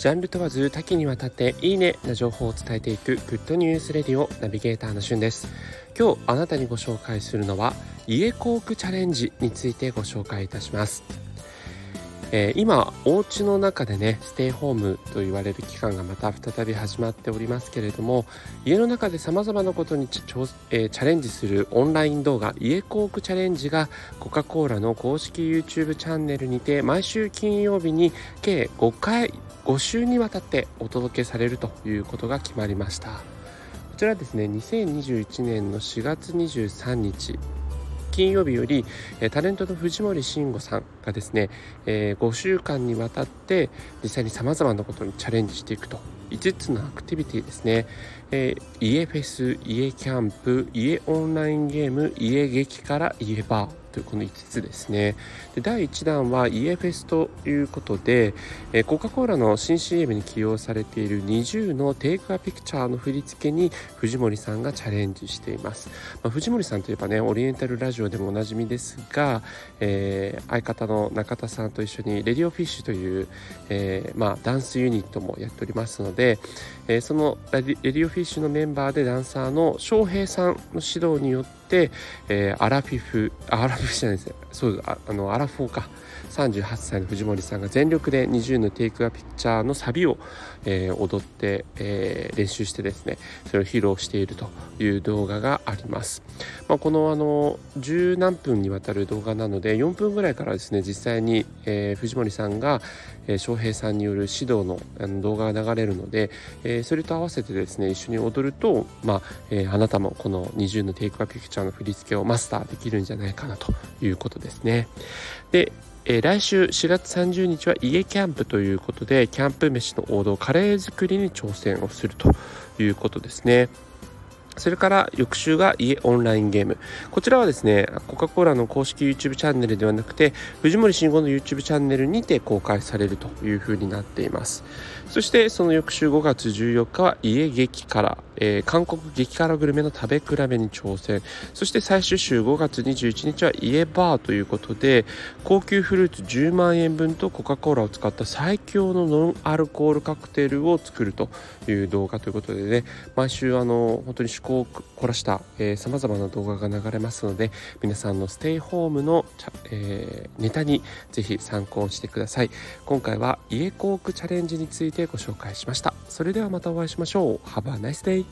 ジャンル問わず多岐にわたっていいねな情報を伝えていくグッドニュースレディオナビゲーターのしゅんです。今日あなたにご紹介するのは家コークチャレンジについてご紹介いたします。今お家の中でねステイホームと言われる期間がまた再び始まっておりますけれども、家の中でさまざまなことにチャレンジするオンライン動画家コークチャレンジがコカ・コーラの公式 YouTube チャンネルにて毎週金曜日に計5週にわたってお届けされるということが決まりました。こちらですね、2021年の4月23日金曜日よりタレントの藤森慎吾さんがですね、5週間にわたって実際にさまざまなことにチャレンジしていくと5つのアクティビティですね、家フェス、家キャンプ、家オンラインゲーム、家劇から家バーというこの5つですね。で第1弾は家フェスということで、コカ・コーラの新 CM に起用されている20のテイクアピクチャーの振り付けに藤森さんがチャレンジしています。藤森さんといえばね、オリエンタルラジオでもおなじみですが、相方の中田さんと一緒にレディオフィッシュという、ダンスユニットもやっておりますので、そのレディオフィッシュのメンバーでダンサーの翔平さんの指導によって、アラフィフじゃないですね、アラフォーか38歳の藤森さんが全力で20のテイクアピクチャーのサビを、踊って、練習してですね、それを披露しているという動画があります。この十何分にわたる動画なので4分ぐらいからですね、実際に、藤森さんが翔平さんによる指導の動画が流れるので、それと合わせてですね一緒に踊ると、あなたもこの20のテイクアピクチャーの振り付けをマスターできるんじゃないかなということですね。で来週4月30日は家キャンプということで、キャンプ飯の王道カレー作りに挑戦をするということですね。それから翌週が家オンラインゲーム。こちらはですね、コカ・コーラの公式 YouTube チャンネルではなくて藤森慎吾の YouTube チャンネルにて公開されるというふうになっています。そしてその翌週5月14日は家激辛、韓国激辛グルメの食べ比べに挑戦。そして最終週5月21日は家バーということで、高級フルーツ10万円分とコカ・コーラを使った最強のノンアルコールカクテルを作るという動画ということでね、毎週本当に趣向を凝らしたさまざまな動画が流れますので、皆さんのステイホームの、ネタにぜひ参考してください。今回は家コークチャレンジについてご紹介しました。それではまたお会いしましょう。Have a nice day!